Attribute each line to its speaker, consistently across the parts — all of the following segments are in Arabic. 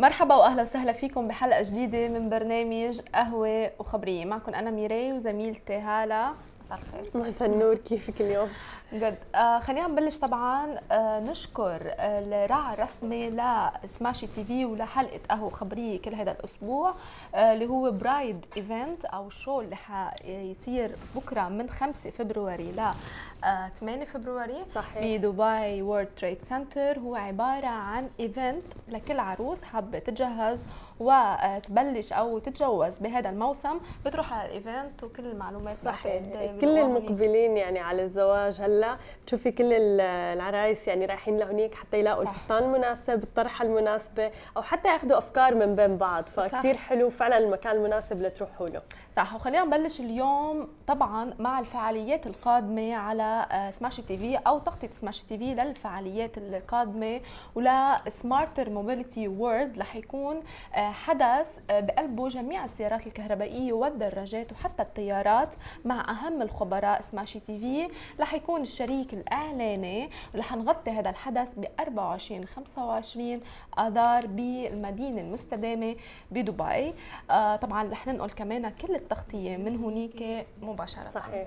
Speaker 1: مرحبا واهلا وسهلا فيكم بحلقه جديده من برنامج قهوه وخبريه. معكم انا ميراي وزميلتي هاله. مساء الخير.
Speaker 2: مساء النور، كيفك اليوم؟
Speaker 1: جد. خلينا نبلش طبعا نشكر الراعي الرسمي لسماشي تي في ولحلقه قهوه خبريه كل هذا الاسبوع، اللي هو برايد ايفنت او شو اللي حيصير بكره من 5 فبراير ل 8 فبراير
Speaker 2: صحيح.
Speaker 1: بدبي وورلد تريد سنتر. هو عباره عن ايفنت لكل عروس حابه تتجهز وتبلش او تتجوز بهذا الموسم، بتروح على الايفنت وكل المعلومات.
Speaker 2: صحيح. كل المقبلين يعني على الزواج هلا بتشوفي كل العرايس يعني رايحين لهونيك حتى يلاقوا الفستان المناسب، الطرحه المناسبه، او حتى ياخذوا افكار من بين بعض، فكتير حلو فعلا المكان المناسب لتروحوا له. صح.
Speaker 1: وخلينا نبلش اليوم طبعا مع الفعاليات القادمه على سماشي تي في او تغطيه سماشي تي في للفعاليات القادمه. ولا سمارتر موبيليتي وورلد رح يكون حدث بقلبه جميع السيارات الكهربائيه والدراجات وحتى الطيارات مع اهم الخبراء سماشي تي في. رح يكون الشريك الاعلاني ورح نغطي هذا الحدث ب 24 25 اذار بالمدينه المستدامه بدبي. طبعا رح ننقل كمان كل التغطيه من هونيك مباشره.
Speaker 2: صحيح.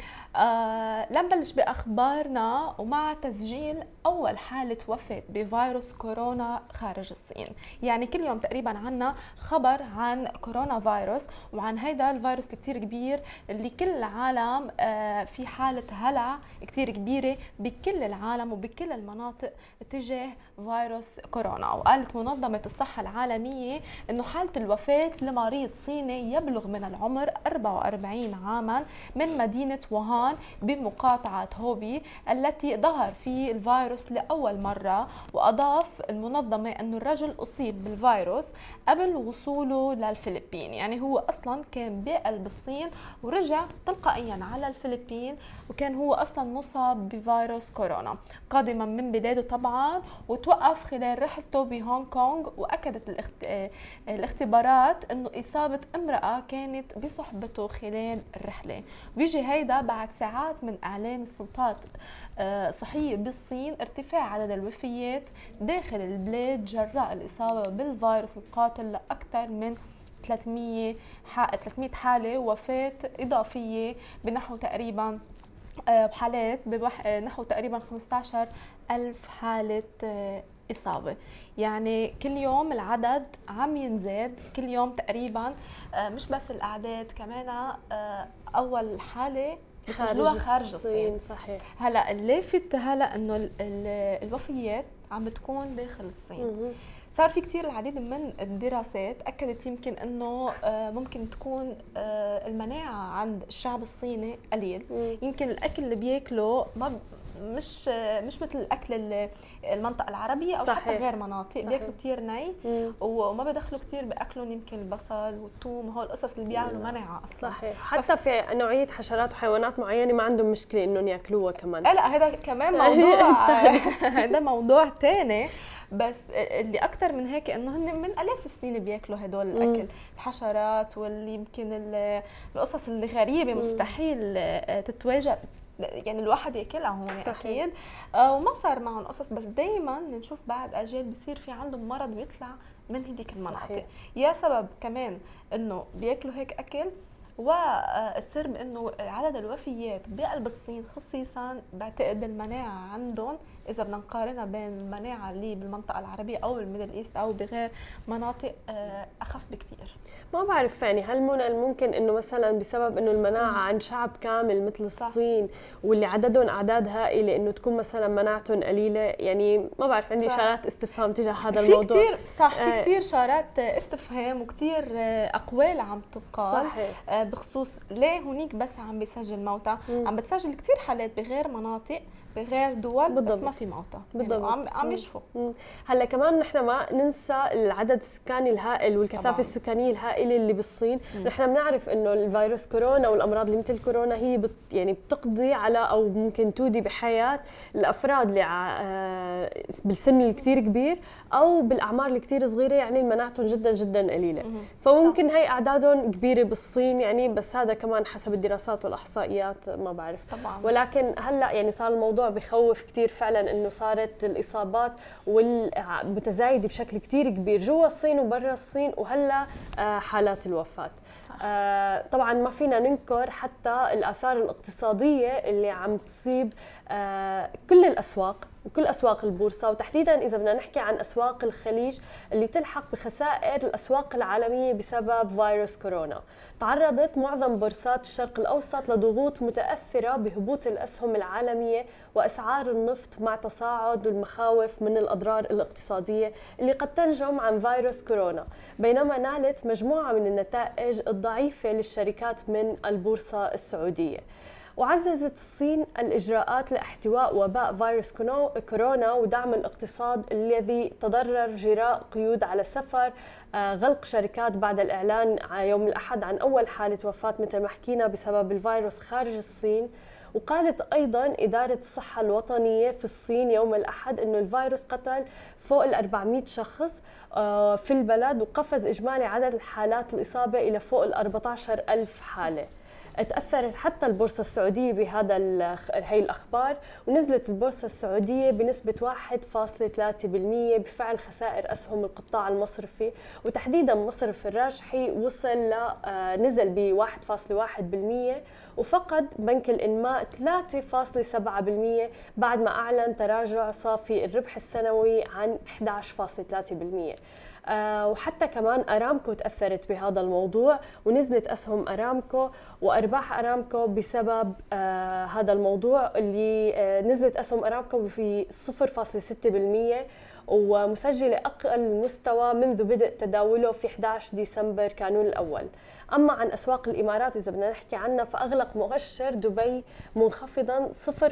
Speaker 1: لنبلش باخبارنا ومع تسجيل اول حاله وفاه بفيروس كورونا خارج الصين. يعني كل يوم تقريبا عنا خبر عن كورونا فيروس، وعن هيدا الفيروس كتير كبير اللي كل العالم في حاله هلع كتير كبيره بكل العالم وبكل المناطق تجاه فيروس كورونا. وقالت منظمه الصحه العالميه انه حاله الوفاه لمريض صيني يبلغ من العمر 44 عاما من مدينه ووهان بمقاطعة هوبي التي ظهر في الفيروس لأول مرة. وأضاف المنظمة أن الرجل أصيب بالفيروس قبل وصوله للفلبين، يعني هو أصلا كان بقلب الصين ورجع تلقائيا على الفلبين، وكان هو أصلا مصاب بفيروس كورونا قادما من بلاده طبعا. وتوقف خلال رحلته بهونغ كونغ، وأكدت الاختبارات أنه إصابة امرأة كانت بصحبته خلال الرحلة. ويجي هيدا بعد ساعات من إعلان السلطات الصحية بالصين ارتفاع عدد الوفيات داخل البلاد جراء الإصابة بالفيروس القاتل لأكثر من 300 حالة وفاة إضافية بنحو تقريبا بحالات نحو تقريبا 15,000 حالة إصابة. يعني كل يوم العدد عم ينزاد، كل يوم تقريبا. مش بس الأعداد، كمان أول حالة بيسجلوها خارج الصين.
Speaker 2: صحيح.
Speaker 1: هلا اللافت هلا انه الوفيات عم بتكون داخل الصين. صار في كثير العديد من الدراسات اكدت يمكن انه ممكن تكون المناعه عند الشعب الصيني قليل. يمكن الاكل اللي بياكله ما مش مثل الاكل المنطقه العربيه او
Speaker 2: صحيح.
Speaker 1: حتى غير مناطق. بياكلوا كثير ني وما بدخلوا كثير باكلهم يمكن البصل والثوم وهول القصص اللي بيعملوا مناعه اصلا.
Speaker 2: صحيح. حتى في نوعيه حشرات وحيوانات معينه ما عندهم مشكله انهم ياكلوها كمان.
Speaker 1: لا هذا كمان موضوع هذا موضوع ثاني. بس اللي اكثر من هيك انه هن من الاف السنين بياكلوا هدول الاكل، الحشرات واللي يمكن القصص اللي غريبه مستحيل تتواجد يعني الواحد ياكلها هون. اكيد. وما صار معهم قصص، بس دائما بنشوف بعد اجيال بصير في عندهم مرض بيطلع من هديك المناطق. يا سبب كمان انه بياكلوا هيك اكل، والسر بانه عدد الوفيات بقلب الصين خصيصا بعتقد المناعه عندهم اذا بدنا نقارنها بين المناعه اللي بالمنطقه العربيه او بالميدل ايست او بغير مناطق اخف بكثير.
Speaker 2: ما بعرف يعني هل من الممكن انه مثلا بسبب انه المناعه عند شعب كامل مثل الصين واللي عددهم اعداد هائله انه تكون مثلا مناعتهم قليله؟ يعني ما بعرف، عندي اشارات استفهام تجاه هذا الموضوع.
Speaker 1: في كثير في كثير اشارات استفهام وكثير اقوال عم تقال.
Speaker 2: صحيح.
Speaker 1: بخصوص ليه هونيك بس عم بيسجل موتى. عم بتسجل كثير حالات بغير مناطق بغير دول. بالضبط. بس ما في موتى بالضبط. يعني عم يشفوا.
Speaker 2: هلا كمان نحن ما ننسى العدد السكاني الهائل والكثافه طبعاً. السكانيه الهائله اللي بالصين. نحن بنعرف انه الفيروس كورونا والامراض اللي مثل كورونا هي يعني بتقضي على او ممكن تودي بحياه الافراد اللي بالسن الكثير كبير او بالاعمار الكثير صغيره، يعني مناعتهم جدا جدا قليله. فممكن صح. هي اعدادهم كبيره بالصين، يعني يعني، بس هذا كمان حسب الدراسات والاحصائيات ما بعرف
Speaker 1: طبعا.
Speaker 2: ولكن هلا يعني صار الموضوع بخوف كثير فعلا، انه صارت الاصابات والمتزايده بشكل كثير كبير جوا الصين وبرا الصين، وهلا حالات الوفاه. طبعا ما فينا ننكر حتى الآثار الاقتصادية اللي عم تصيب كل الأسواق وكل أسواق البورصة، وتحديدا إذا بدنا نحكي عن أسواق الخليج اللي تلحق بخسائر الأسواق العالمية بسبب فيروس كورونا. تعرضت معظم بورصات الشرق الأوسط لضغوط متأثرة بهبوط الأسهم العالمية وأسعار النفط، مع تصاعد المخاوف من الأضرار الاقتصادية اللي قد تنجم عن فيروس كورونا، بينما نالت مجموعة من النتائج الضعيفة للشركات من البورصة السعودية. وعززت الصين الإجراءات لاحتواء وباء فيروس كورونا ودعم الاقتصاد الذي تضرر جراء قيود على السفر، غلق شركات بعد الإعلان يوم الأحد عن أول حالة وفاة مثل ما حكينا بسبب الفيروس خارج الصين. وقالت أيضاً إدارة الصحة الوطنية في الصين يوم الأحد أنه الفيروس قتل فوق 400 شخص في البلد، وقفز إجمالي عدد الحالات الإصابة إلى فوق 14,000 حالة. تأثرت حتى البورصة السعودية هي الأخبار، ونزلت البورصة السعودية بنسبة 1.3% بفعل خسائر أسهم القطاع المصرفي، وتحديدا مصرف الراجحي نزل ب 1.1%، وفقد بنك الإنماء 3.7% بعد ما أعلن تراجع صافي الربح السنوي عن 11.3%. وحتى أرامكو أرامكو تأثرت بهذا الموضوع، ونزلت أسهم أرامكو وأرباح أرامكو بسبب هذا الموضوع، اللي نزلت أسهم أرامكو ب 0.6%، ومسجلة أقل مستوى منذ بدء تداوله في 11 ديسمبر كانون الأول. أما عن أسواق الإمارات إذا بدنا نحكي عنها، فأغلق مؤشر دبي منخفضاً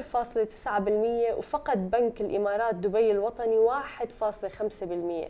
Speaker 2: 0.9%، وفقد بنك الإمارات دبي الوطني 1.5%.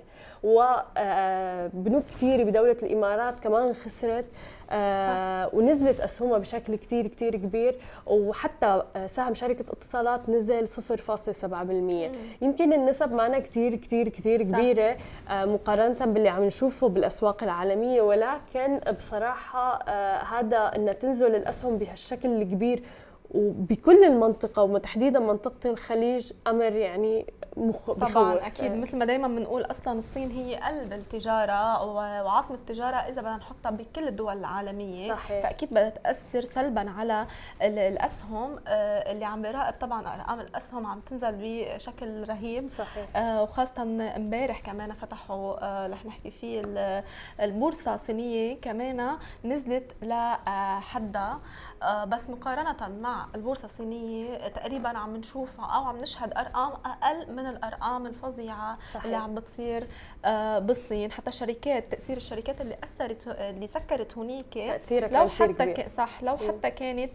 Speaker 2: وبنوك كثيرة بدولة الإمارات كمان خسرت ونزلت أسهمها بشكل كتير كبير، وحتى سهم شركة اتصالات نزل 0.7%. يمكن النسب معنا كتير كبيرة مقارنة باللي عم نشوفه بالأسواق العالمية، ولكن بصراحة هذا أن تنزل الأسهم بهالشكل الكبير وبكل المنطقة وتحديدا منطقة الخليج أمر يعني
Speaker 1: طبعا أكيد. مثل ما دايما بنقول أصلا الصين هي قلب التجارة وعاصمة التجارة إذا بدنا نحطها بكل الدول العالمية.
Speaker 2: صحيح.
Speaker 1: فأكيد بدها تأثر سلبا على الأسهم اللي عم بيراقب طبعا أرقام الأسهم عم تنزل بشكل رهيب.
Speaker 2: صحيح.
Speaker 1: وخاصة امبارح كمان فتحوا رح نحكي فيه البورصة الصينية كمان نزلت لحدها، بس مقارنة مع البورصة الصينية تقريبا عم نشوف أو عم نشهد أرقام أقل من الأرقام الفظيعة. صحيح. اللي عم بتصير بالصين. حتى تأثير الشركات اللي أثرت اللي سكرت هونيك لو حتى لو حتى كانت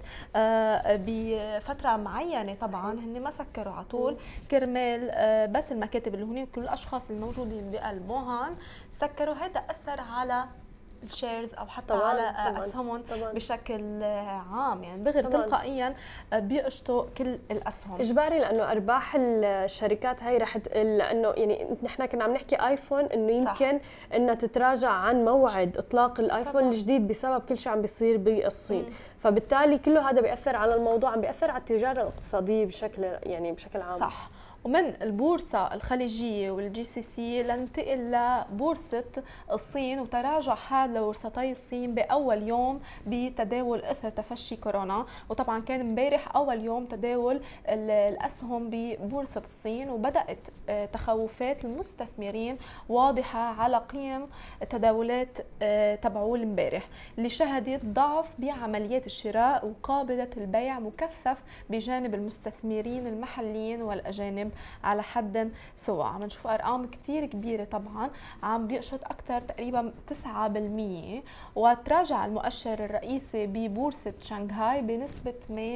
Speaker 1: بفترة معينة طبعا هن ما سكروا على طول كرمال بس المكاتب اللي هونيك كل الأشخاص الموجودين بقلب ووهان سكروا. هذا أثر على الشيرز او حتى طبعاً على اسهمهم بشكل عام، يعني دغري تلقائيا بيقشطوا كل الاسهم
Speaker 2: اجباري، لانه ارباح الشركات هاي رح لانه يعني نحن كنا عم نحكي ايفون انه يمكن انها تتراجع عن موعد اطلاق الايفون طبعاً الجديد بسبب كل شيء عم بيصير بالصين. فبالتالي كله هذا بياثر على الموضوع، عم بياثر على التجاره الاقتصاديه بشكل عام.
Speaker 1: صح. ومن البورصة الخليجية والجي سي سي لننتقل لبورصة الصين وتراجع حاد لبورصتي الصين بأول يوم بتداول إثر تفشي كورونا. وطبعا كان امبارح أول يوم تداول الأسهم ببورصة الصين، وبدأت تخوفات المستثمرين واضحة على قيم التداولات تبعول امبارح اللي شهدت ضعف بعمليات الشراء وقابلة البيع مكثف بجانب المستثمرين المحليين والأجانب على حد سواء. عم نشوف ارقام كثير كبيره طبعا عم بيقشط اكثر تقريبا 9%. وتراجع المؤشر الرئيسي ببورصه شنغهاي بنسبه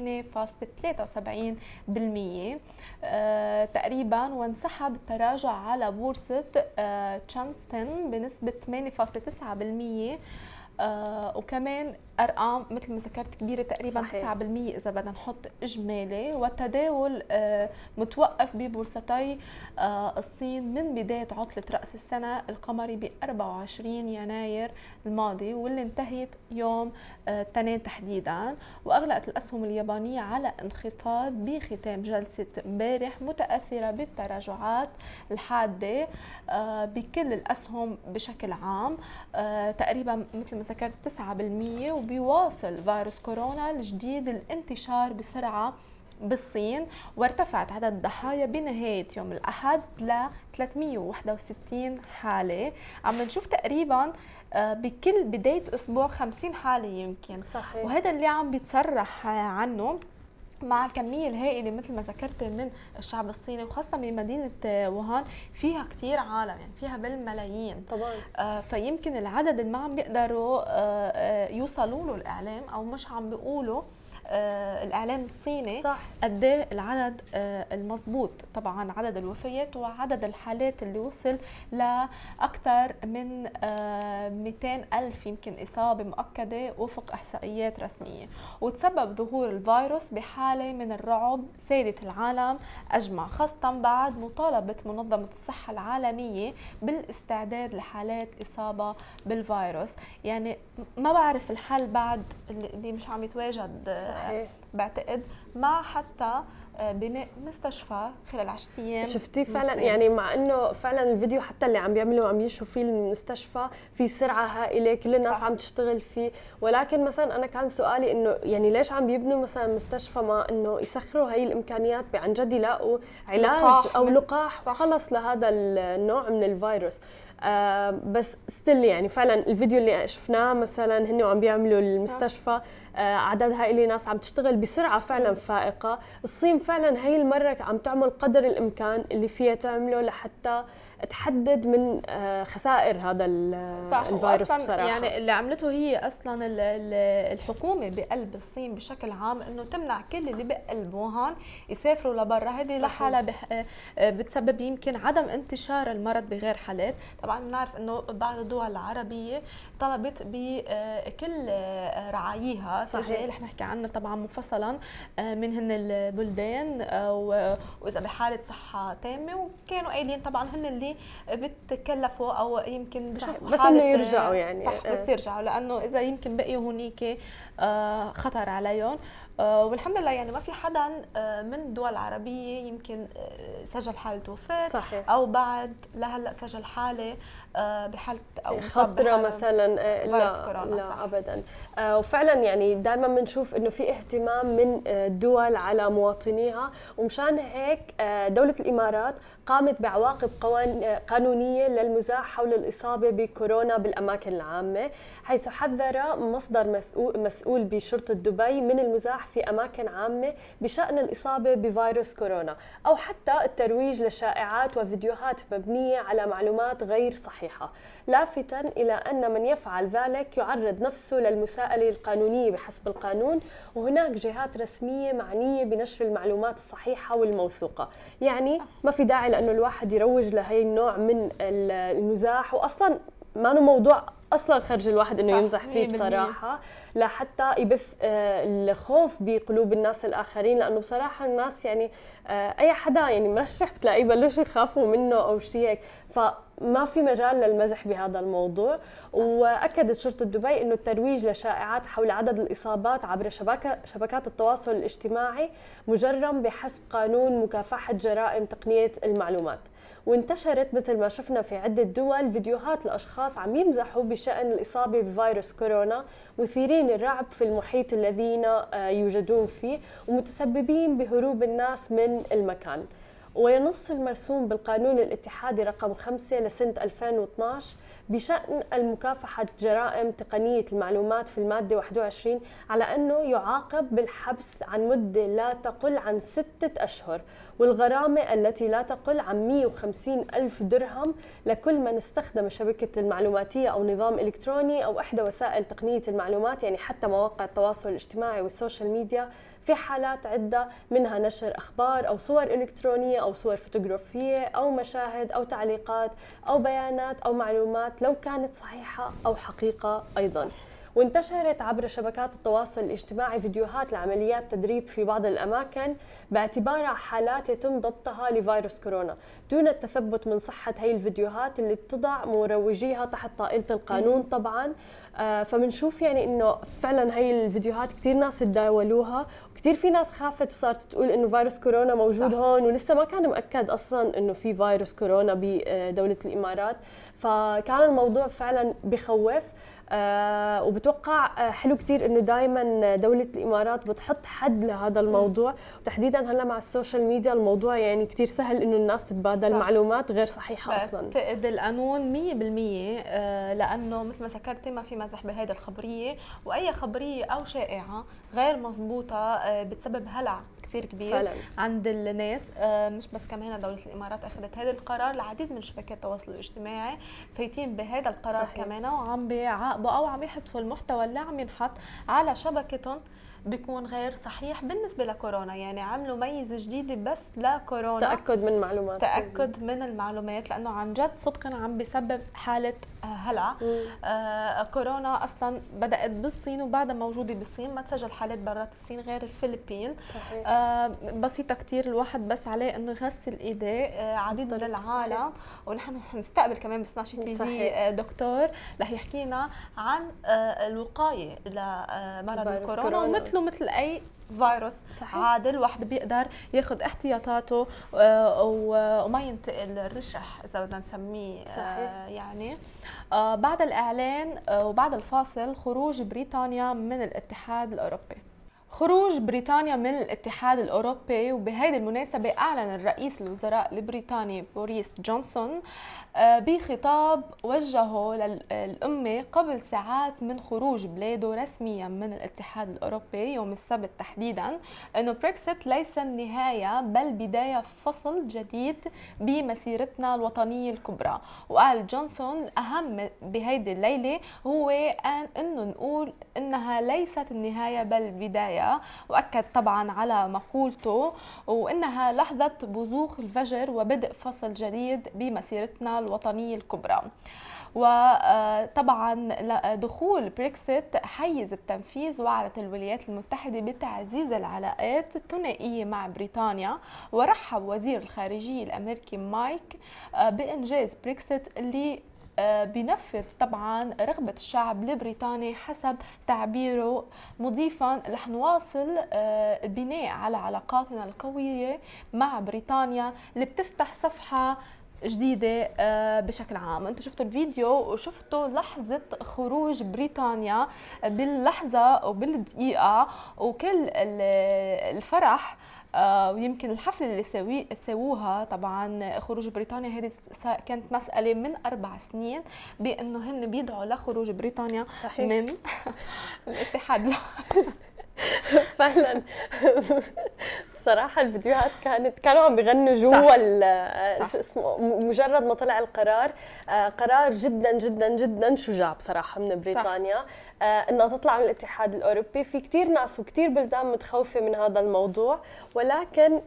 Speaker 1: 8.73% تقريبا، وانسحب التراجع على بورصه تشانغستن بنسبه 8.9%. وكمان ارقام مثل ما ذكرت كبيره، تقريبا صحيح. 9% اذا بدنا نحط اجمالي، والتداول متوقف ببورصتي الصين من بدايه عطله راس السنه القمري ب 24 يناير الماضي، واللي انتهت يوم الاثنين تحديدا. واغلقت الاسهم اليابانيه على انخفاض بختام جلسه امبارح، متاثره بالتراجعات الحاده بكل الاسهم بشكل عام، تقريبا مثل ما ذكرت 9%. وبيواصل فيروس كورونا الجديد الانتشار بسرعه بالصين، وارتفعت عدد الضحايا بنهاية يوم الأحد ل 361 حالة. عم نشوف تقريبا بكل بداية أسبوع 50 حالة يمكن.
Speaker 2: صحيح.
Speaker 1: وهذا اللي عم بيتصرح عنه مع الكمية الهائلة مثل ما ذكرت من الشعب الصيني، وخاصة بمدينة ووهان فيها كتير عالم، يعني فيها بالملايين
Speaker 2: طبعا.
Speaker 1: فيمكن العدد اللي ما عم بيقدروا يوصلوا له الإعلام، أو مش عم بيقولوا الإعلام الصيني قد ايه العدد المضبوط. طبعا عدد الوفيات وعدد الحالات اللي وصل لأكثر من 200 ألف يمكن إصابة مؤكدة وفق إحصائيات رسمية. وتسبب ظهور الفيروس بحالة من الرعب سادت العالم أجمع، خاصة بعد مطالبة منظمة الصحة العالمية بالاستعداد لحالات إصابة بالفيروس. يعني ما بعرف الحل بعد اللي مش عم يتواجد.
Speaker 2: صحيح.
Speaker 1: بعتقد مع حتى بناء مستشفى خلال 10 ايام.
Speaker 2: شفتي فعلا يعني مع انه فعلا الفيديو حتى اللي عم بيعملوا عم يشوفوا فيه المستشفى في سرعه هائله، كل الناس صح. عم تشتغل فيه، ولكن مثلا انا كان سؤالي انه يعني ليش عم بيبنوا مثلا مستشفى ما انه يسخروا هي الامكانيات عن جد يلاقوا علاج او لقاح خلص لهذا النوع من الفيروس. بس ستيل يعني فعلا الفيديو اللي شفناه مثلا هن وعم بيعملوا المستشفى اعداد هائله ناس عم تشتغل بسرعه فعلا فائقه. الصين فعلا هي المره عم تعمل قدر الامكان اللي فيها تعمله لحتى تحدد من خسائر هذا الفيروس بصراحه.
Speaker 1: يعني اللي عملته هي اصلا الحكومه بقلب الصين بشكل عام انه تمنع كل اللي بقلب ووهان يسافروا لبرا. هذه لحالها بتسبب يمكن عدم انتشار المرض بغير حالات. طبعا بنعرف انه بعض الدول العربيه طلبت بكل رعاياها تجاه رح نحكي عنها طبعا مفصلا منهن البلدان واذا بحاله صحه تامه، وكانوا قايلين طبعا هن اللي بتكلفوا او يمكن بشوفوا
Speaker 2: بس انه يرجعوا يعني
Speaker 1: صح بس يرجعوا، لانه اذا يمكن بقيوا هنيك خطر عليهم. والحمد لله يعني ما في حدا من الدول العربيه يمكن سجل حاله وفاه او بعد لهلا سجل حاله بحاله او
Speaker 2: خطره مثلا
Speaker 1: فيروس كورونا.
Speaker 2: لا ابدا. وفعلا يعني دائما بنشوف انه في اهتمام من الدول على مواطنيها، ومشان هيك دوله الامارات قامت بعواقب قانونيه للمزاح حول الاصابه بكورونا بالاماكن العامه، حيث حذر مصدر مسؤول بشرطه دبي من المزاح في اماكن عامه بشان الاصابه بفيروس كورونا، او حتى الترويج لشائعات وفيديوهات مبنيه على معلومات غير صحيحه، لافتا الى ان من يفعل ذلك يعرض نفسه للمساءله القانونيه بحسب القانون، وهناك جهات رسميه معنيه بنشر المعلومات الصحيحه والموثوقه. يعني ما في داعي لانه الواحد يروج لهي النوع من المزاح، واصلا ما انه موضوع اصلا خرج الواحد انه يمزح فيه بصراحه، لحتى يبث الخوف بقلوب الناس الاخرين، لانه بصراحه الناس يعني اي حدا يعني مرشح بتلاقيه بلشوا يخافوا منه او شيء هيك، فما في مجال للمزح بهذا الموضوع. واكدت شرطه دبي انه الترويج لشائعات حول عدد الاصابات عبر شبكات التواصل الاجتماعي مجرم بحسب قانون مكافحه جرائم تقنيه المعلومات. وانتشرت مثل ما شفنا في عدة دول فيديوهات لأشخاص عم يمزحوا بشأن الإصابة بفيروس كورونا، مثيرين الرعب في المحيط الذين يوجدون فيه ومتسببين بهروب الناس من المكان. وينص المرسوم بالقانون الاتحادي رقم 5 لسنة 2012 بشأن المكافحة جرائم تقنية المعلومات في المادة 21 على أنه يعاقب بالحبس عن مدة لا تقل عن 6 أشهر، والغرامة التي لا تقل عن 150 ألف درهم لكل من استخدم الشبكة المعلوماتية أو نظام إلكتروني أو إحدى وسائل تقنية المعلومات، يعني حتى مواقع التواصل الاجتماعي والسوشيال ميديا، في حالات عدة منها نشر أخبار أو صور إلكترونية أو صور فوتوغرافية أو مشاهد أو تعليقات أو بيانات أو معلومات لو كانت صحيحة أو حقيقة أيضاً. وانتشرت عبر شبكات التواصل الاجتماعي فيديوهات لعمليات تدريب في بعض الأماكن باعتبارها حالات يتم ضبطها لفيروس كورونا دون التثبت من صحة هي الفيديوهات اللي بتضع مروجيها تحت طائلة القانون طبعا. فبنشوف يعني انه فعلا هي الفيديوهات كثير ناس تداولوها، وكثير في ناس خافت وصارت تقول انه فيروس كورونا موجود هون، ولسه ما كان مؤكد اصلا انه في فيروس كورونا بدولة الامارات. فكان الموضوع فعلا بخوف. وبتوقع حلو كتير انه دائما دولة الامارات بتحط حد لهذا الموضوع، وتحديدا هلا مع السوشيال ميديا الموضوع يعني كتير سهل انه الناس تتبادل معلومات غير صحيحة اصلا.
Speaker 1: بعتقد القانون 100%، لانه مثل ما ذكرتي ما في مزح بهيدي الخبريه، واي خبريه او شائعه غير مضبوطه بتسبب هلع كثير كبير فعلا عند الناس. مش بس كمان دولة الإمارات أخذت هذا القرار، العديد من شبكات التواصل الاجتماعي فايتين بهذا القرار صحيح. كمان وعم بيعاقبوا أو عم يحذفوا المحتوى اللي عم ينحط على شبكتهم بيكون غير صحيح بالنسبة لكورونا. يعني عملوا ميزة جديدة بس لكورونا،
Speaker 2: تأكد من المعلومات،
Speaker 1: تأكد من المعلومات، لأنه عن جد صدقا عم بيسبب حالة هلع. كورونا أصلا بدأت بالصين وبعدها موجودة بالصين، ما تسجل حالات برات الصين غير الفلبين صحيح. بسيطة كتير، الواحد بس عليه إنه يغسل إيديه. عديد من العالم، ونحن نستقبل كمان بسماشي تي في دكتور رح يحكينا عن الوقاية لمرض الكورونا، مثله مثل اي فيروس صحيح. عادل واحد بيقدر ياخذ احتياطاته وما ينتقل الرشح اذا بدنا نسميه يعني. بعد الاعلان وبعد الفاصل خروج بريطانيا من الاتحاد الاوروبي. خروج بريطانيا من الاتحاد الأوروبي، وبهذه المناسبة أعلن الرئيس الوزراء البريطاني بوريس جونسون بخطاب وجهه للأمة قبل ساعات من خروج بلاده رسميا من الاتحاد الأوروبي يوم السبت تحديدا، أنه بريكسيت ليس النهاية بل بداية فصل جديد بمسيرتنا الوطنية الكبرى. وقال جونسون الأهم بهيدي الليلة هو أنه نقول إنها ليست النهاية بل بداية، وأكد طبعا على مقولته وإنها لحظة بزوغ الفجر وبدء فصل جديد بمسيرتنا الوطنية الكبرى. وطبعا دخول بريكسيت حيز التنفيذ، وعدت الولايات المتحدة بتعزيز العلاقات الثنائية مع بريطانيا، ورحب وزير الخارجية الأمريكي مايك بإنجاز بريكسيت اللي بينفذ طبعا رغبة الشعب البريطاني حسب تعبيره، مضيفا رح نواصل البناء على علاقاتنا القوية مع بريطانيا اللي بتفتح صفحة جديدة بشكل عام. انتم شفتوا الفيديو وشفتوا لحظة خروج بريطانيا باللحظة وبالدقيقة وكل الفرح، ويمكن الحفلة اللي سووها طبعا خروج بريطانيا هذه كانت مسألة من 4 سنين بأنه هن بيدعوا لخروج بريطانيا صحيح. من الاتحاد.
Speaker 2: فعلا بصراحة الفيديوهات كانوا عم بيغنوا جوا شو اسمه، مجرد ما طلع القرار. قرار جدا جدا جدا شجاع بصراحة من بريطانيا انها تطلع من الاتحاد الاوروبي. في كثير ناس وكثير بلدان متخوفة من هذا الموضوع، ولكن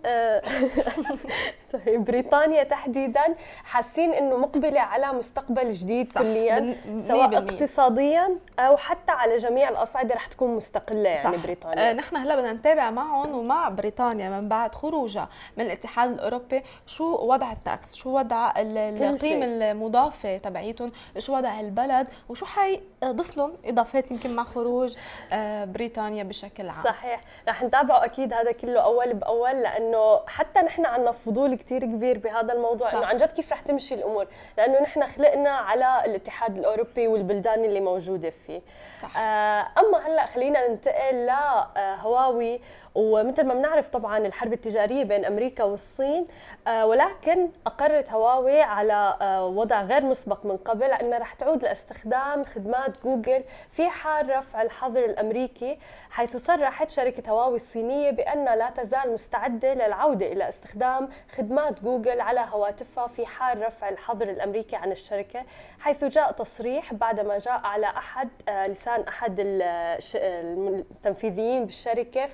Speaker 2: بريطانيا تحديدا حاسين انه مقبلة على مستقبل جديد كليا، سواء اقتصاديا او حتى على جميع الاصعدة رح تكون مستقلة يعني بريطانيا.
Speaker 1: نحن هلا بدنا نتابع معهم ومع بريطانيا من بعد خروجها من الاتحاد الاوروبي شو وضع التاكس، شو وضع القيمة المضافة تبعيتهم، شو وضع البلد، وشو حيضيف لهم اضافات يمكن مع خروج بريطانيا بشكل عام.
Speaker 2: صحيح، رح نتابعه اكيد هذا كله اول باول، لانه حتى نحن عندنا فضول كثير كبير بهذا الموضوع، انه عن جد كيف رح تمشي الامور، لانه نحن خلقنا على الاتحاد الاوروبي والبلدان اللي موجوده فيه. صح. اما هلا خلينا ننتقل لهواوي. ومثل ما بنعرف طبعا الحرب التجاريه بين امريكا والصين، ولكن اقرت هواوي على وضع غير مسبق من قبل انها رح تعود لاستخدام خدمات جوجل في حال رفع الحظر الامريكي، حيث صرحت شركه هواوي الصينيه بان لا تزال مستعده للعوده الى استخدام خدمات جوجل على هواتفها في حال رفع الحظر الامريكي عن الشركه، حيث جاء تصريح بعدما جاء على لسان احد التنفيذيين بالشركه فريد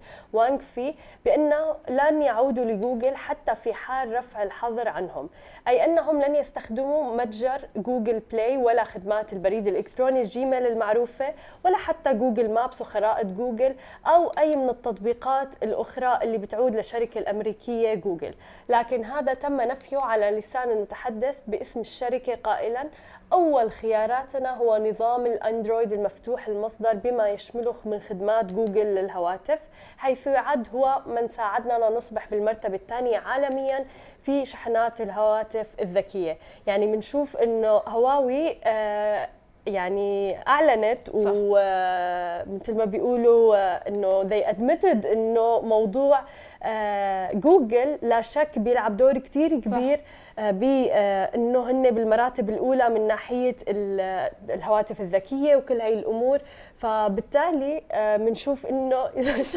Speaker 2: وانغ في بأنه لن يعودوا لجوجل حتى في حال رفع الحظر عنهم، أي أنهم لن يستخدموا متجر جوجل بلاي ولا خدمات البريد الإلكتروني جيميل المعروفة ولا حتى جوجل مابس وخرائط جوجل أو أي من التطبيقات الأخرى اللي بتعود للشركة الأمريكية جوجل. لكن هذا تم نفيه على لسان المتحدث باسم الشركة قائلا: أول خياراتنا هو نظام الأندرويد المفتوح المصدر بما يشمله من خدمات جوجل للهواتف، حيث يعد هو من ساعدنا لنصبح بالمرتبة الثانية عالميا في شحنات الهواتف الذكية. يعني بنشوف إنه هواوي يعني أعلنت ومثل ما بيقولوا إنه they admitted إنه موضوع جوجل لا شك بيلعب دور كتير كبير بأنه هن بالمراتب الأولى من ناحية الهواتف الذكية وكل هاي الأمور. فبالتالي بنشوف إنه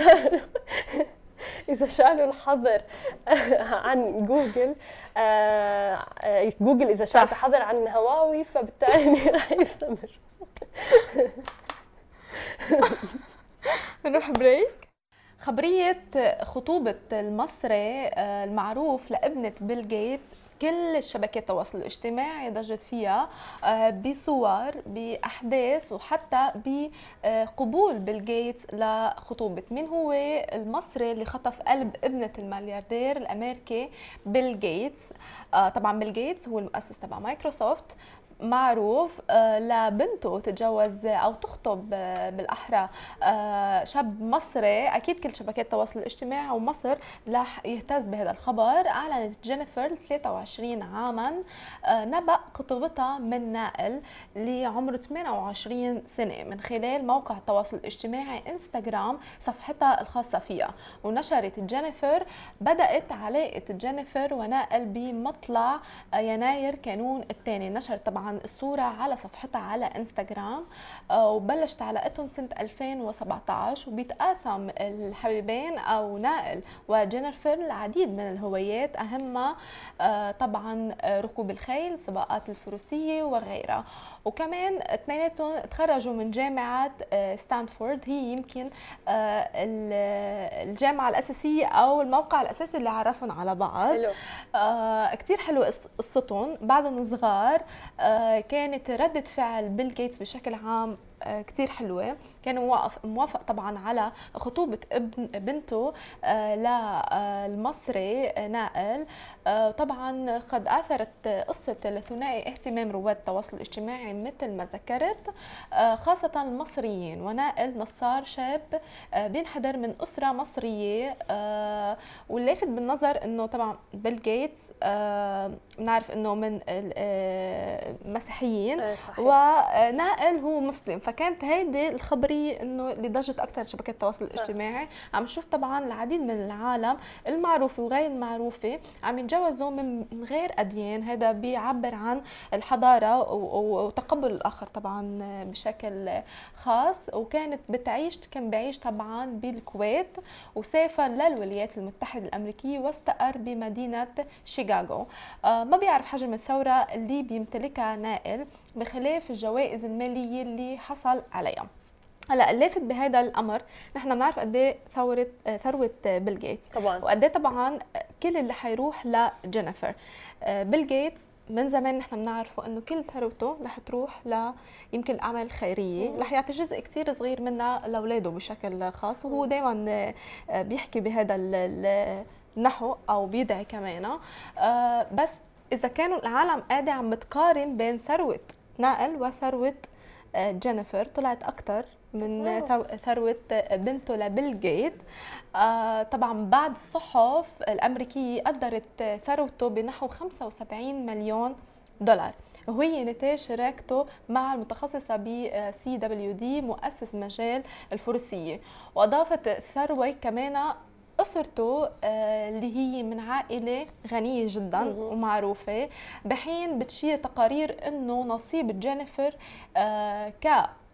Speaker 2: إذا شالوا الحظر عن جوجل، جوجل إذا شالت الحظر عن هواوي فبالتالي راح يستمر.
Speaker 1: نروح بريك. خبرية خطوبة المصري المعروف لابنة بيل جيتس كل شبكات التواصل الاجتماعي ضجت فيها بصور بأحداث وحتى بقبول بيل جيتس لخطوبة. مين هو المصري اللي خطف قلب ابنة الملياردير الأمريكي بيل جيتس؟ طبعا بيل جيتس هو المؤسس تبع مايكروسوفت، معروف لبنته تتجوز او تخطب بالاحرى شاب مصري. اكيد كل شبكات التواصل الاجتماعي ومصر رح يهتز بهذا الخبر. اعلنت جينيفر 23 عاما نبأ خطوبتها من نائل اللي عمره 28 سنه من خلال موقع التواصل الاجتماعي انستغرام صفحتها الخاصه فيها. ونشرت جينيفر: بدأت علاقه جينيفر ونائل بمطلع يناير كانون الثاني. نشرت طبعا الصورة على صفحتها على انستغرام وبلشت علاقتهم سنة 2017. وبيتقاسم الحبيبين أو نائل وجينيفر العديد من الهوايات، أهمها طبعا ركوب الخيل، سباقات الفروسية وغيرها. وكمان اثنيناتهم تخرجوا من جامعة ستانفورد، هي يمكن الجامعة الأساسية أو الموقع الأساسي اللي عرفهم على بعض. حلو. كتير حلو قصتهم. بعدهم صغار كانت ردة فعل بيل جيتس بشكل عام كتير حلوة. كان موافق طبعا على خطوبة بنته للمصري نائل. طبعا قد أثرت قصة الثنائي اهتمام رواد التواصل الاجتماعي مثل ما ذكرت، خاصة المصريين. ونائل نصار شاب بينحدر من أسرة مصرية، واللافت بالنظر انه طبعا بيل جيتس بنعرف انه من المسيحيين ونائل هو مسلم، فكانت هيدي الخبريه انه اللي ضجت اكثر شبكات التواصل الاجتماعي. عم نشوف طبعا العديد من العالم المعروفه وغير المعروفه عم يتجوزوا من غير اديان. هذا بيعبر عن الحضاره وتقبل الاخر طبعا بشكل خاص. وكان بعيش طبعا بالكويت وسافر للولايات المتحده الامريكيه واستقر بمدينه شيكاغو. ما بيعرف حجم الثوره اللي بيمتلكها نائل بخلاف الجوائز الماليه اللي حصل عليها. هلا اللافت بهذا الامر، نحن بنعرف قد ايه ثروه بيل جيتس
Speaker 2: طبعا،
Speaker 1: وقد ايه طبعا كل اللي حيروح لجينيفر. بيل جيتس من زمان نحن بنعرفه انه كل ثروته رح تروح يمكن الاعمال الخيريه، رح يعطي جزء كثير صغير منها لاولاده بشكل خاص. وهو دائما بيحكي بهذا النحو او بيدعي كمان. بس اذا كانوا العالم قاعده عم بتقارن بين ثروه نائل وثروه جينيفر، طلعت اكثر من ثروه بنته لبيل جيت. طبعا بعد الصحف الامريكيه قدرت ثروته بنحو 75 مليون دولار، وهي نتاج شراكته مع المتخصصه بسي دبليو دي مؤسس مجال الفروسيه. واضافت الثروه كمان أسرته اللي هي من عائلة غنية جدا ومعروفة، بحين بتشير تقارير أنه نصيب جينيفر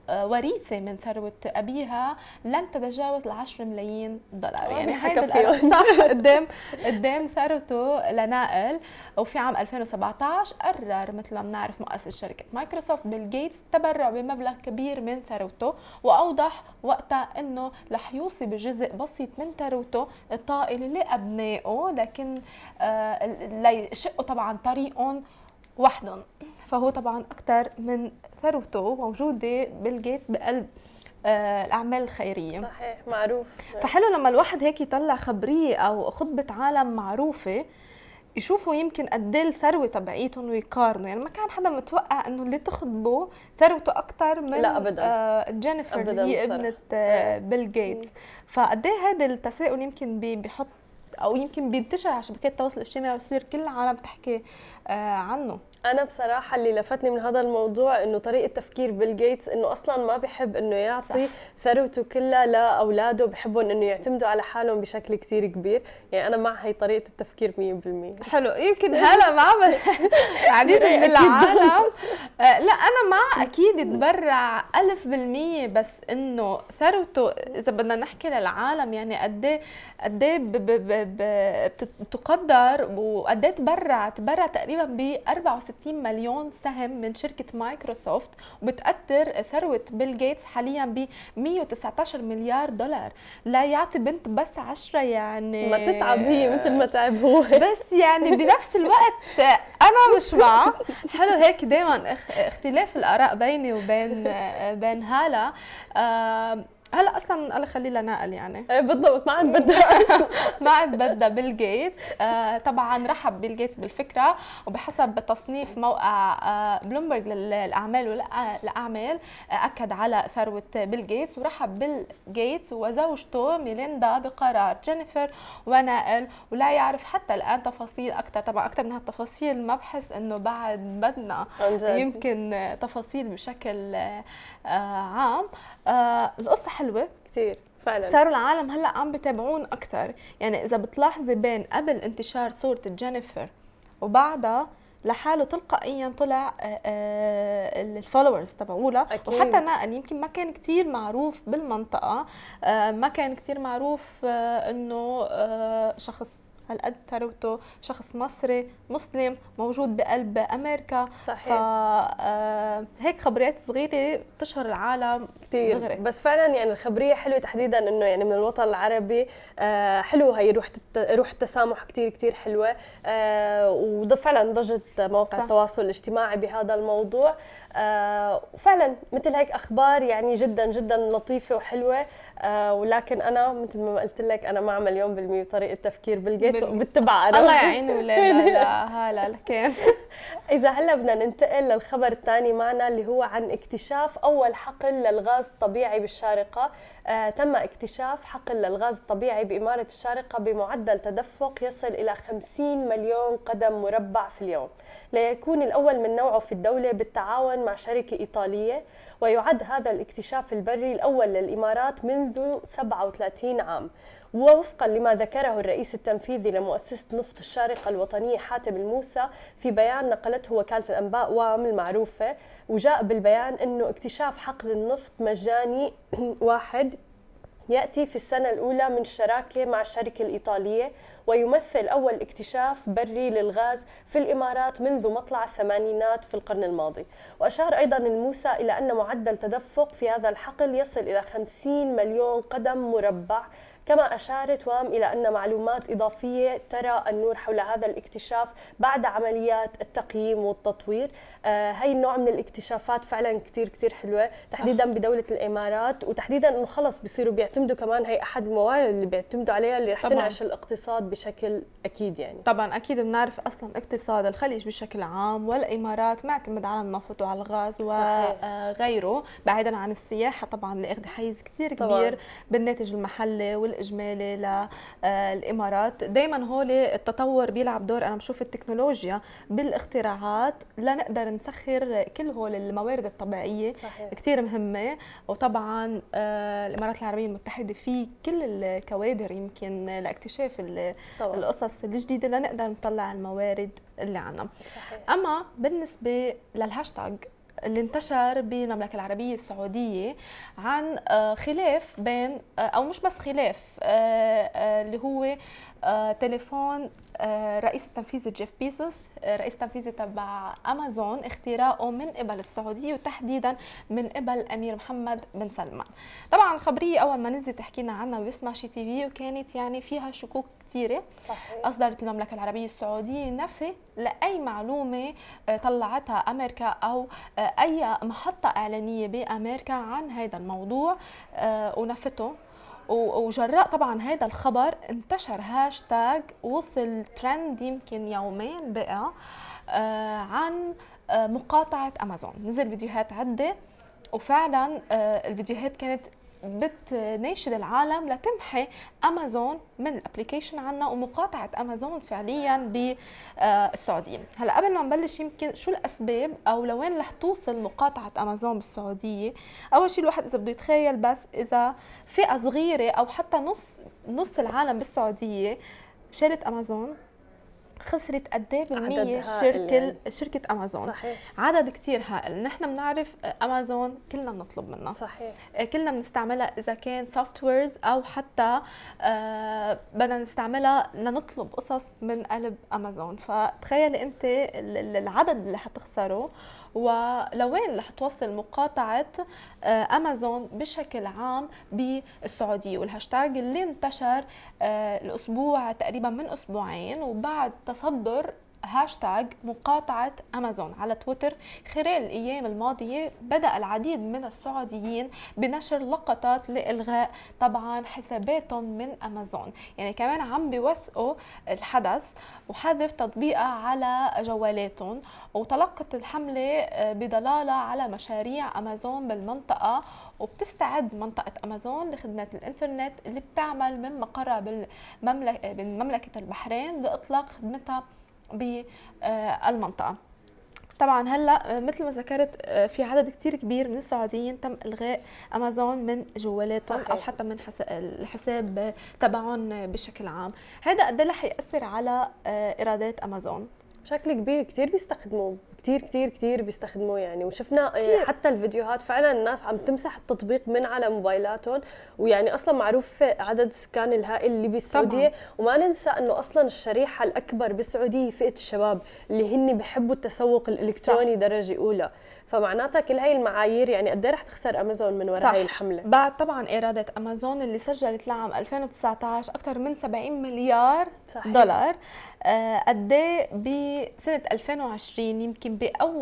Speaker 1: وريثة من ثروة أبيها لن تتجاوز ال10 ملايين دولار. يعني
Speaker 2: هيدا
Speaker 1: صح قدام ثروته لنائل. وفي عام 2017 قرر مثل ما بنعرف مؤسس شركة مايكروسوفت بيل جيتس التبرع بمبلغ كبير من ثروته، وأوضح وقتها أنه رح يوصي بجزء بسيط من ثروته الطائلة لأبنائه، لكن ليشقوا طبعا طريقهم وحدهم. فهو طبعا أكثر من ثروته موجودة بيل جيتس بقلب الأعمال الخيرية.
Speaker 2: صحيح، معروف.
Speaker 1: فحلو لما الواحد هيك يطلع خبرية أو خطبة عالم معروفة يشوفوا يمكن قد ايه الثروه تبعيتهم ويقارنوا. يعني ما كان حدا متوقع انه اللي تخطبه ثروته اكثر من
Speaker 2: لا أبداً.
Speaker 1: جينيفر
Speaker 2: أبداً
Speaker 1: اللي هي ابنه بيل جيتس. فقد ايه هذا التساؤل يمكن بيحط او يمكن بينتشر على شبكات التواصل الاجتماعي ويصير كل العالم تحكي عنه.
Speaker 2: انا بصراحه اللي لفتني من هذا الموضوع انه طريقه تفكير بيل جيتس، انه اصلا ما بحب انه يعطي ثروته كلها لاولاده، بحبهم انه يعتمدوا على حالهم بشكل كثير كبير. يعني انا مع هي طريقه التفكير 100%.
Speaker 1: حلو. يمكن هلا ما عمل عديد من العالم لا انا مع اكيد يتبرع 1000%، بس انه ثروته اذا بدنا نحكي للعالم يعني قد ايه بتقدر، وقد ايه تبرع تقريبا ب 64 مليون سهم من شركه مايكروسوفت، وبتقدر ثروه بيل جيتس حاليا ب 119 مليار دولار. لا يعطي بنت بس 10 يعني
Speaker 2: ما تتعب هي مثل ما تعب هو.
Speaker 1: بس يعني بنفس الوقت انا مش معه. حلو هيك دائما اختلاف الاراء بيني بين هاله. هلا اصلا الله خليه لنائل يعني
Speaker 2: بالضبط ما عاد
Speaker 1: بدها بيل جيتس. طبعا رحب بيل جيتس بالفكره، وبحسب تصنيف موقع بلومبرج للاعمال والاعمال اكد على ثروه بيل جيتس، ورحب بيل جيتس وزوجته ميليندا بقرار جينيفر ونائل، ولا يعرف حتى الان تفاصيل اكثر. طبعا اكثر من هالتفاصيل ما بحس انه بعد بدنا يمكن تفاصيل بشكل عام. القصة حلوة
Speaker 2: كثير فعلا.
Speaker 1: صاروا العالم هلا عم بتابعون اكثر. يعني اذا بتلاحظي بين قبل انتشار صورة جينيفر وبعدها لحاله تلقائيا طلع الفولورز تبعوله. وحتى نائل يمكن ما كان كثير معروف بالمنطقة، ما كان كثير معروف انه شخص هالقد ثروته، شخص مصري مسلم موجود بقلب امريكا.
Speaker 2: صحيح.
Speaker 1: هيك خبريات صغيره بتشهر العالم
Speaker 2: كثير
Speaker 1: دغري.
Speaker 2: بس فعلا يعني الخبريه حلوه تحديدا انه يعني من الوطن العربي. حلو هي روح التسامح كثير كثير حلوه. وفعلا ضجت مواقع التواصل الاجتماعي بهذا الموضوع. وفعلا مثل هيك اخبار يعني جدا جدا لطيفه وحلوه. ولكن انا مثل ما قلت لك انا مع 100% بطريقه تفكير بيل جيتس وبتبع انا.
Speaker 1: الله يعيني ولادها هلا لكن
Speaker 2: اذا هلا بدنا ننتقل للخبر الثاني معنا اللي هو عن اكتشاف اول حقل للغاز الطبيعي بالشارقه. تم اكتشاف حقل للغاز الطبيعي بإمارة الشارقة بمعدل تدفق يصل إلى 50 مليون قدم مربع في اليوم، ليكون الأول من نوعه في الدولة بالتعاون مع شركة إيطالية. ويعد هذا الاكتشاف البري الأول للإمارات منذ 37 عام. ووفقا لما ذكره الرئيس التنفيذي لمؤسسة نفط الشارقة الوطنية حاتم الموسى في بيان نقلته وكالة الأنباء وام المعروفة، وجاء بالبيان أنه اكتشاف حقل النفط مجاني واحد يأتي في السنة الأولى من الشراكة مع الشركة الإيطالية، ويمثل أول اكتشاف بري للغاز في الإمارات منذ مطلع الثمانينات في القرن الماضي. وأشار أيضا الموسى إلى أن معدل تدفق في هذا الحقل يصل إلى 50 مليون قدم مربع. كما أشارت وام إلى أن معلومات إضافية ترى النور حول هذا الاكتشاف بعد عمليات التقييم والتطوير. هي النوع من الاكتشافات فعلا كتير كتير حلوة تحديدا بدولة الإمارات، وتحديدا أنه خلص بيصيروا بيعتمدوا كمان هي أحد الموارد اللي بيعتمدوا عليها اللي رح تنعش الاقتصاد بشكل أكيد. يعني
Speaker 1: طبعا أكيد بنعرف أصلا اقتصاد الخليج بشكل عام والإمارات معتمد على النفط وعلى الغاز وغيره، بعيدا عن السياحة طبعا اللي أخذ حيز كتير كبير بالناتج المحلي والإجمالي للإمارات. دايما هول التطور بيلعب دور. أنا بشوف التكنولوجيا بالاختراعات لنقدر نسخر كل هول الموارد الطبيعية.
Speaker 2: صحيح.
Speaker 1: كتير مهمة. وطبعا الإمارات العربية المتحدة في كل الكوادر يمكن لاكتشاف القصص الجديدة لنقدر نطلع الموارد اللي عنا.
Speaker 2: صحيح.
Speaker 1: أما بالنسبة للهاشتاج اللي انتشر بالمملكة العربية السعودية عن خلاف بين أو مش بس خلاف اللي هو تليفون رئيس التنفيذي جيف بيزوس، رئيس التنفيذي تبع أمازون، اختراقه من قبل السعودية وتحديدا من قبل الأمير محمد بن سلمان. طبعا الخبرية أول ما نزلت حكينا عنها بسمع شي تي في، وكانت يعني فيها شكوك كثيرة.
Speaker 2: صحيح.
Speaker 1: أصدرت المملكة العربية السعودية نفي لأي معلومة طلعتها أمريكا أو أي محطة إعلانية بأمريكا عن هذا الموضوع، ونفته. وجراء طبعا هذا الخبر انتشر هاشتاج وصل ترند يمكن يومين بقى عن مقاطعة أمازون. نزل فيديوهات عدة، وفعلا الفيديوهات كانت بتناشد العالم لتمحي امازون من الابلكيشن عنا، ومقاطعه امازون فعليا بالسعوديه. هلا قبل ما نبلش يمكن شو الاسباب او لوين رح توصل مقاطعه امازون بالسعوديه، اول شيء الواحد اذا بده يتخيل بس اذا فئه صغيره او حتى نص العالم بالسعوديه شالت امازون، خسرت قد ايه بالمية شركة امازون.
Speaker 2: صحيح.
Speaker 1: عدد كتير هائل. نحن بنعرف امازون كلنا بنطلب منها،
Speaker 2: صحيح،
Speaker 1: كلنا بنستعملها اذا كان سوفت ويرز او حتى بدنا نستعملها لنطلب قصص من قلب امازون. فتخيلي انت العدد اللي حتخسره ولوين رح توصل مقاطعة امازون بشكل عام بالسعودية. والهاشتاج اللي انتشر الاسبوع تقريبا من اسبوعين، وبعد تصدر هاشتاج مقاطعة أمازون على تويتر خلال الأيام الماضية بدأ العديد من السعوديين بنشر لقطات لإلغاء طبعا حساباتهم من أمازون. يعني كمان عم بيوثقوا الحدث وحذف تطبيقها على جوالاتهم. وتلقت الحملة بضلالة على مشاريع أمازون بالمنطقة، وبتستعد منطقة أمازون لخدمات الإنترنت اللي بتعمل من مقرها بمملكة البحرين لإطلاق خدمتها بالمنطقة. طبعا هلا مثل ما ذكرت في عدد كتير كبير من السعوديين تم الغاء امازون من جوالاتهم او حتى من الحساب تبعهم بشكل عام. هذا قد ايه رح ياثر على ايرادات امازون؟
Speaker 2: بشكل كبير. كثير بيستخدموه، كثير بيستخدموه يعني. وشفنا حتى الفيديوهات فعلا الناس عم تمسح التطبيق من على موبايلاتهم. ويعني اصلا معروف عدد السكان الهائل اللي بالسعوديه طبعاً. وما ننسى انه اصلا الشريحه الاكبر بالسعوديه فئه الشباب اللي هن بيحبوا التسوق الالكتروني درجه اولى. فمعناتها كل هاي المعايير يعني قد ايه رح تخسر امازون من وراء هاي الحمله.
Speaker 1: بعد طبعا ايرادات امازون اللي سجلت لعام 2019 اكثر من 70 مليار صحيح. دولار، قد ايه بسنه 2020 يمكن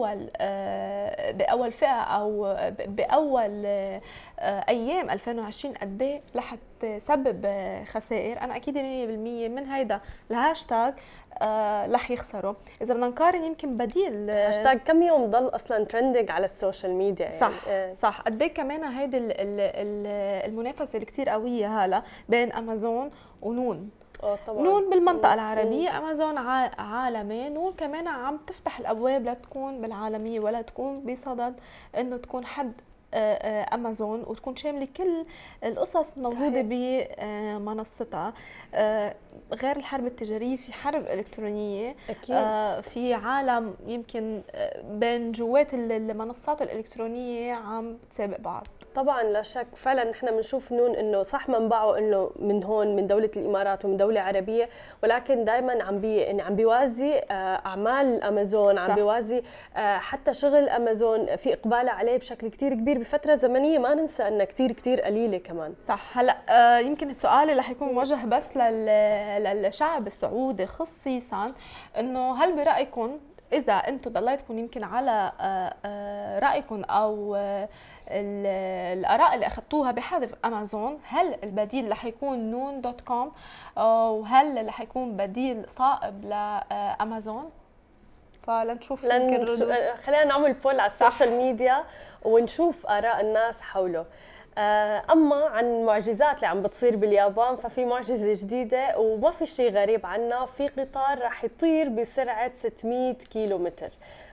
Speaker 1: باول فئه او باول ايام 2020 قد ايه رح تسبب خسائر. انا اكيد 100% من هيدا الهاشتاج رح يخسروا. اذا بدنا نقارن يمكن بديل
Speaker 2: هاشتاج كم يوم ضل اصلا ترندنج على السوشيال ميديا يعني.
Speaker 1: صح صح. قد ايه كمان هيدي المنافسه اللي كثير قويه هلا بين امازون ونون.
Speaker 2: طبعاً.
Speaker 1: نون بالمنطقة العربية، أمازون عالمي. نون كمان عم تفتح الأبواب لتكون بالعالمية ولا تكون بصدد إنه تكون حد أمازون وتكون شاملة كل القصص الموجودة بمنصتها. غير الحرب التجارية في حرب إلكترونية أكيد. في عالم يمكن بين جوات المنصات الإلكترونية عم تسابق بعض.
Speaker 2: طبعا لا شك. فعلا نحن بنشوف نون انه صح منبعه انه من هون من دوله الامارات ومن دوله عربيه، ولكن دائما عم بيوازي اعمال امازون، عم بيوازي حتى شغل امازون في اقبال عليه بشكل كثير كبير بفتره زمنيه ما ننسى انها كثير قليله كمان.
Speaker 1: صح. هلا يمكن السؤال اللي رح يكون موجه بس للشعب السعودي خصيصا، انه هل برايكم اذا انتم ضليتكم يمكن على رايكم او الاراء اللي اخذتوها بحذف امازون، هل البديل رح يكون noon.com وهل رح يكون بديل صائب لامازون؟ فلنشوف
Speaker 2: خلينا نعمل بول على السوشيال ميديا ونشوف اراء الناس حوله. اما عن المعجزات اللي عم بتصير باليابان، ففي معجزه جديده وما في شيء غريب عنها. في قطار رح يطير بسرعه 600 كيلومتر.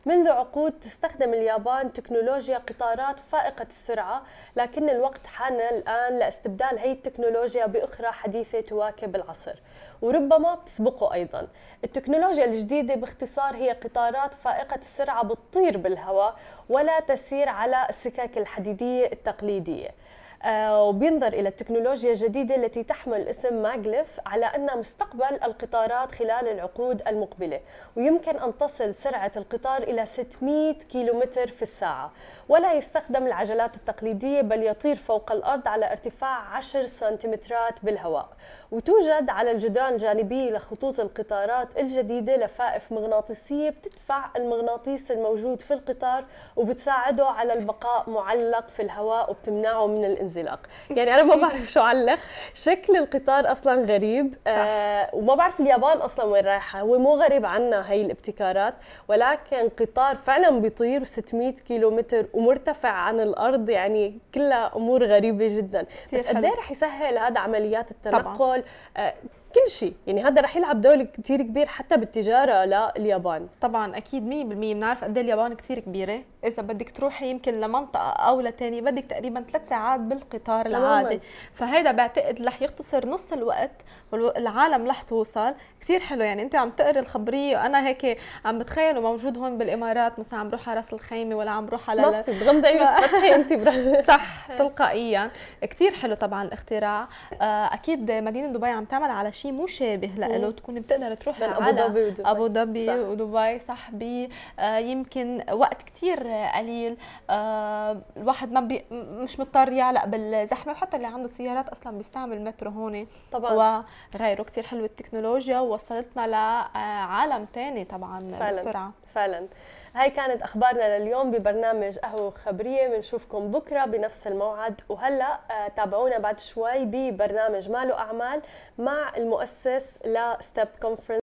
Speaker 2: منذ عقود تستخدم اليابان تكنولوجيا قطارات فائقة السرعة، لكن الوقت حان الآن لاستبدال هي التكنولوجيا بأخرى حديثة تواكب العصر وربما بتسبقه أيضا. التكنولوجيا الجديدة باختصار هي قطارات فائقة السرعة بتطير بالهواء ولا تسير على السكك الحديدية التقليدية. وبينظر إلى التكنولوجيا الجديدة التي تحمل اسم ماغليف على أنها مستقبل القطارات خلال العقود المقبلة، ويمكن أن تصل سرعة القطار إلى 600 كيلومتر في الساعة، ولا يستخدم العجلات التقليدية بل يطير فوق الأرض على ارتفاع 10 سنتيمترات بالهواء. وتوجد على الجدران الجانبية لخطوط القطارات الجديدة لفائف مغناطيسية بتدفع المغناطيس الموجود في القطار وبتساعده على البقاء معلق في الهواء وبتمنعه من الانزلاق. يعني أنا ما بعرف شو علق، شكل القطار أصلا غريب. وما بعرف اليابان أصلا وين رايحة، هو مو غريب عنا هاي الابتكارات، ولكن قطار فعلا بيطير 600 كيلومتر ومرتفع عن الأرض، يعني كلها أمور غريبة جدا. بس قد ايه رح يسهل هذا عمليات التنقل، كل شيء، يعني هذا رح يلعب دور كثير كبير حتى بالتجاره لليابان.
Speaker 1: طبعا اكيد 100% بنعرف قد ايه اليابان كثير كبيره، اذا بدك تروحي يمكن لمنطقه او لثاني بدك تقريبا 3 ساعات بالقطار العادي، فهيدا بعتقد رح يختصر نص الوقت والعالم رح توصل. كثير حلو، يعني انت عم تقري الخبريه وانا هيك عم بتخيله موجود هون بالامارات، مثلا عم بروح على راس الخيمه ولا عم بروح على
Speaker 2: بغمض عيونك فتحي انت
Speaker 1: صح تلقائيا. كثير حلو طبعا الاختراع. اكيد مدينه دبي عم تعمل على شيء مشابه له، تكون بتقدر تروح على ابو ظبي ودبي صح يمكن وقت كثير قليل. الواحد ما مش مضطر يعلق بالزحمه، وحتى اللي عنده سيارات اصلا بيستعمل مترو هون
Speaker 2: طبعا
Speaker 1: وغيره. كثير حلوه التكنولوجيا ووصلتنا لعالم ثاني طبعا
Speaker 2: فعلا
Speaker 1: بالسرعه.
Speaker 2: فعلا. هاي كانت اخبارنا لليوم ببرنامج قهوة خبرية، بنشوفكم بكره بنفس الموعد. وهلا تابعونا بعد شوي ببرنامج ماله اعمال مع المؤسس لستيب كونفرنس